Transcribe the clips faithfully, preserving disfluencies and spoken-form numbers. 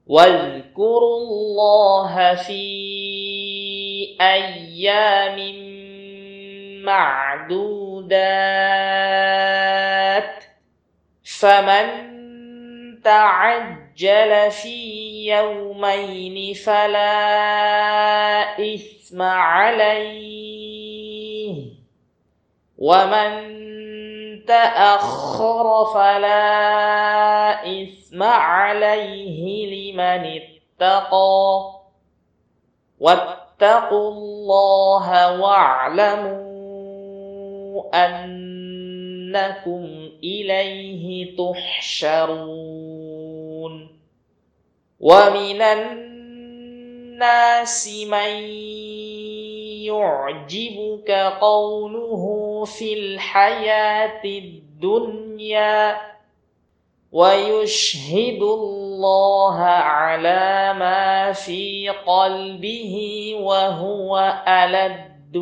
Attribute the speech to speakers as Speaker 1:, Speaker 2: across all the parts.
Speaker 1: واذكروا الله في أيام معدودات فمن تعجل في يومين فلا إثم عليه ومن تأخر فلا إثم عليه لمن اتقى واتقوا الله واعلموا أنكم إليه تحشرون ومن الناس من يعجبك قوله في الحياة الدنيا ويشهد الله على ما في قلبه وهو ألد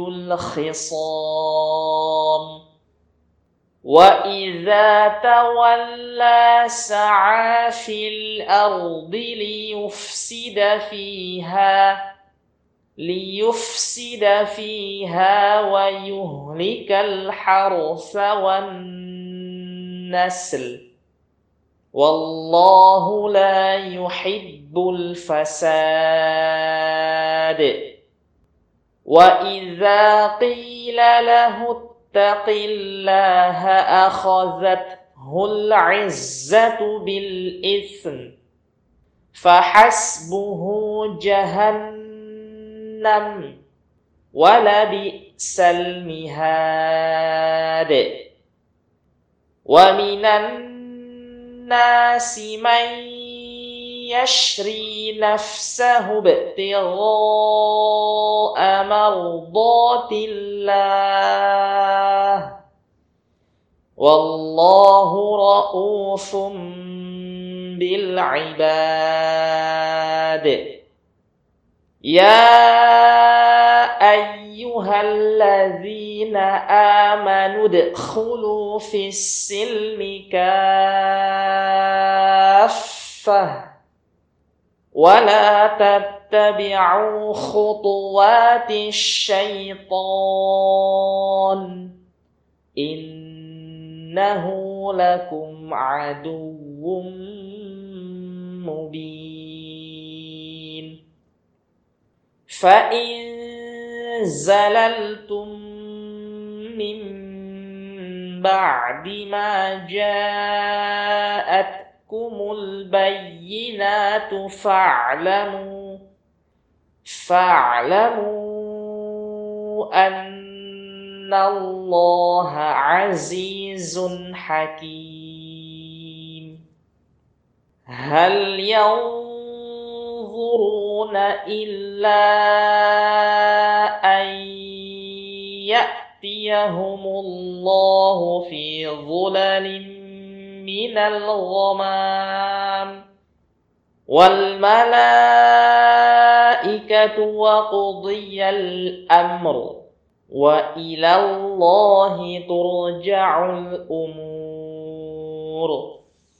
Speaker 1: الخصام وإذا تولى سعى في الأرض ليفسد فيها ليفسد فيها ويهلك الحرث والنسل والله لا يحب الفساد وإذا قيل له اتق الله أخذته العزة بالإثم فحسبه جهنم ولبئس المهاد ومن الناس من يشري نفسه ابتغاء مرضات الله والله رؤوف بالعباد يا أيها الذين آمنوا ادخلوا في السلم كافة ولا تتبعوا خطوات الشيطان إنه لكم عدو مبين فإن زللتم من بعد ما جاءتكم البينات فاعلموا فاعلموا أن الله عزيز حكيم هل ينظرون إلا أن يأتيهم الله في ظلل من الغمام والملائكة وقضي الأمر وإلى الله ترجع الأمور